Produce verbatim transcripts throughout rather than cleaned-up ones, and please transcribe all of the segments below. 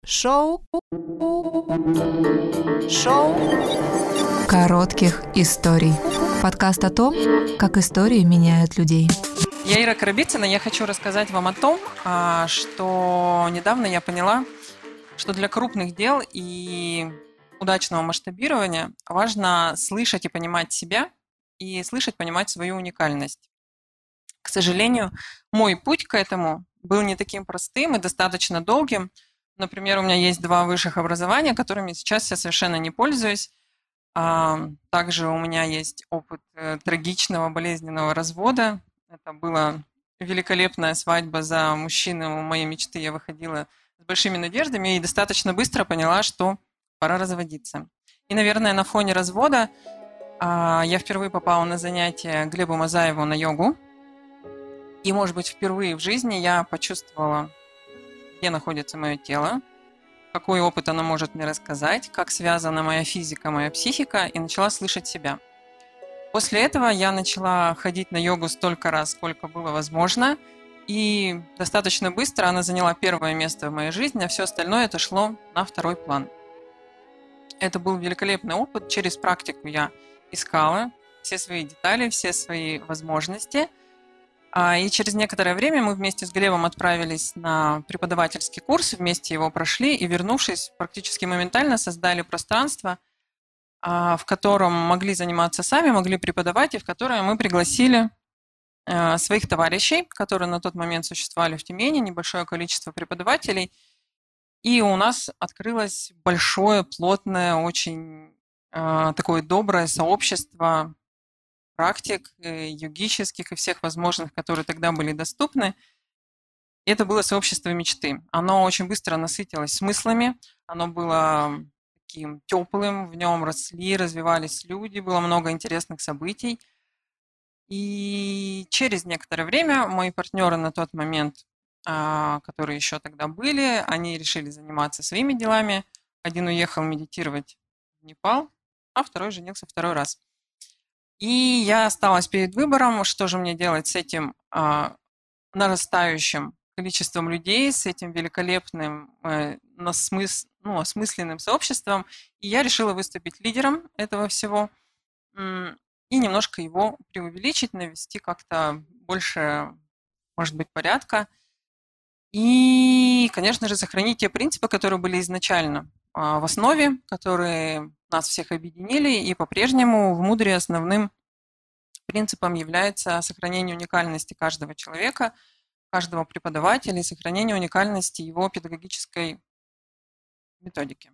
Шоу. Шоу коротких историй. Подкаст о том, как истории меняют людей. Я Ира Коробицына, я хочу рассказать вам о том, что недавно я поняла, что для крупных дел и удачного масштабирования важно слышать и понимать себя, и слышать, понимать свою уникальность. К сожалению, мой путь к этому был не таким простым и достаточно долгим. Например, у меня есть два высших образования, которыми сейчас я совершенно не пользуюсь. Также у меня есть опыт трагичного болезненного развода. Это была великолепная свадьба за мужчину моей мечты. Я выходила с большими надеждами и достаточно быстро поняла, что пора разводиться. И, наверное, на фоне развода я впервые попала на занятия к Глебу Мазаеву на йогу. И, может быть, впервые в жизни я почувствовала, где находится мое тело, какой опыт оно может мне рассказать, как связана моя физика, моя психика, и начала слышать себя. После этого я начала ходить на йогу столько раз, сколько было возможно, и достаточно быстро она заняла первое место в моей жизни, а все остальное это шло на второй план. Это был великолепный опыт. Через практику я искала все свои детали, все свои возможности. И через некоторое время мы вместе с Глебом отправились на преподавательский курс, вместе его прошли и, вернувшись, практически моментально создали пространство, в котором могли заниматься сами, могли преподавать, и в которое мы пригласили своих товарищей, которые на тот момент существовали в Тюмени, небольшое количество преподавателей. И у нас открылось большое, плотное, очень такое доброе сообщество практик йогических и всех возможных, которые тогда были доступны. И это было сообщество мечты. Оно очень быстро насытилось смыслами, оно было таким теплым, в нем росли, развивались люди, было много интересных событий. И через некоторое время мои партнеры на тот момент, которые еще тогда были, они решили заниматься своими делами. Один уехал медитировать в Непал, а второй женился второй раз. И я осталась перед выбором, что же мне делать с этим а, нарастающим количеством людей, с этим великолепным, э, насмыс, ну, осмысленным сообществом. И я решила выступить лидером этого всего м, и немножко его преувеличить, навести как-то больше, может быть, порядка. И, конечно же, сохранить те принципы, которые были изначально а, в основе, которые нас всех объединили, и по-прежнему в Мудре основным принципом является сохранение уникальности каждого человека, каждого преподавателя и сохранение уникальности его педагогической методики.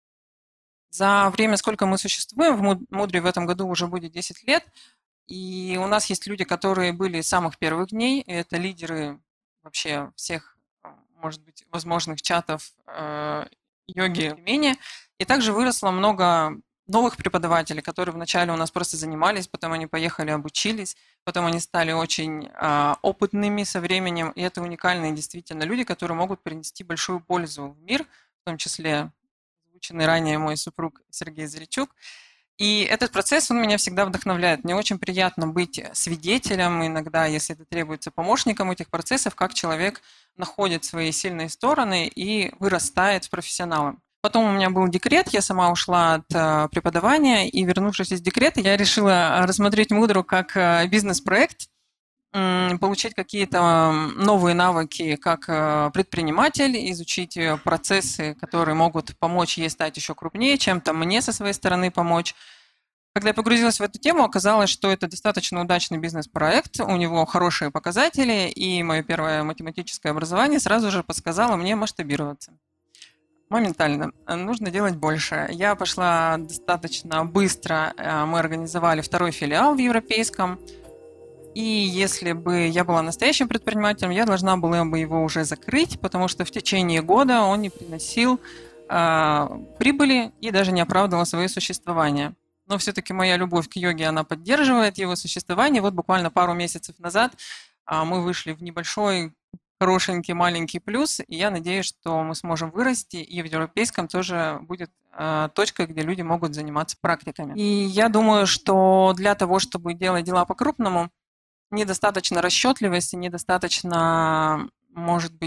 За время, сколько мы существуем, в Мудре в этом году уже будет десять лет, и у нас есть люди, которые были с самых первых дней, и это лидеры вообще всех, может быть, возможных чатов э, йоги в Тюмени. И также выросло много новых преподавателей, которые вначале у нас просто занимались, потом они поехали, обучились, потом они стали очень э, опытными со временем, и это уникальные действительно люди, которые могут принести большую пользу в мир, в том числе озвученный ранее мой супруг Сергей Заричук. И этот процесс, он меня всегда вдохновляет. Мне очень приятно быть свидетелем, иногда, если это требуется, помощником этих процессов, как человек находит свои сильные стороны и вырастает в профессионала. Потом у меня был декрет, я сама ушла от преподавания, и, вернувшись из декрета, я решила рассмотреть Мудру как бизнес-проект, получить какие-то новые навыки как предприниматель, изучить процессы, которые могут помочь ей стать еще крупнее, чем-то мне со своей стороны помочь. Когда я погрузилась в эту тему, оказалось, что это достаточно удачный бизнес-проект, у него хорошие показатели, и мое первое математическое образование сразу же подсказало мне масштабироваться. Моментально. Нужно делать больше. Я пошла достаточно быстро. Мы организовали второй филиал в Европейском. И если бы я была настоящим предпринимателем, я должна была бы его уже закрыть, потому что в течение года он не приносил э, прибыли и даже не оправдывал свое существование. Но все-таки моя любовь к йоге, она поддерживает его существование. Вот буквально пару месяцев назад э, мы вышли в небольшой, хорошенький, маленький плюс, и я надеюсь, что мы сможем вырасти, и в Европейском тоже будет э, точка, где люди могут заниматься практиками. И я думаю, что для того, чтобы делать дела по-крупному, недостаточно расчетливости, недостаточно, может быть,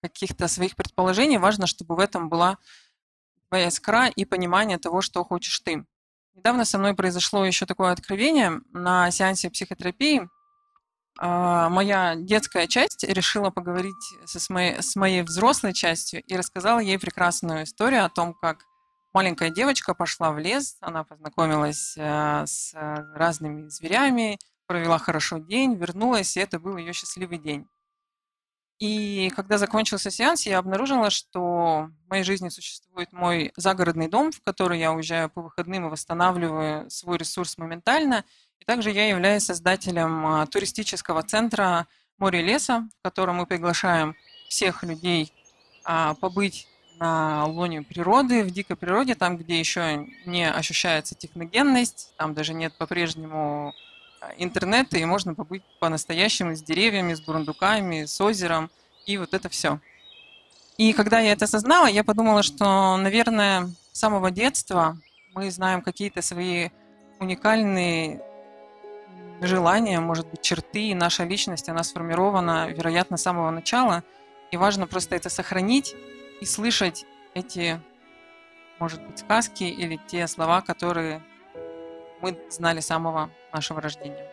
каких-то своих предположений, важно, чтобы в этом была твоя искра и понимание того, что хочешь ты. Недавно со мной произошло еще такое откровение на сеансе психотерапии. А, моя детская часть решила поговорить со, с, моей, с моей взрослой частью и рассказала ей прекрасную историю о том, как маленькая девочка пошла в лес, она познакомилась э, с разными зверями, провела хорошо день, вернулась, и это был ее счастливый день. И когда закончился сеанс, я обнаружила, что в моей жизни существует мой загородный дом, в который я уезжаю по выходным и восстанавливаю свой ресурс моментально. И также я являюсь создателем а, туристического центра «Море и леса», в котором мы приглашаем всех людей а, побыть на лоне природы, в дикой природе, там, где еще не ощущается техногенность, там даже нет по-прежнему а, интернета, и можно побыть по-настоящему с деревьями, с бурундуками, с озером, и вот это все. И когда я это осознала, я подумала, что, наверное, с самого детства мы знаем какие-то свои уникальные м, желания, может быть, черты, и наша личность, она сформирована, вероятно, с самого начала, и важно просто это сохранить и слышать эти, может быть, сказки или те слова, которые мы знали с самого нашего рождения.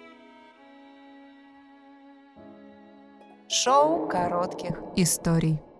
Шоу коротких историй.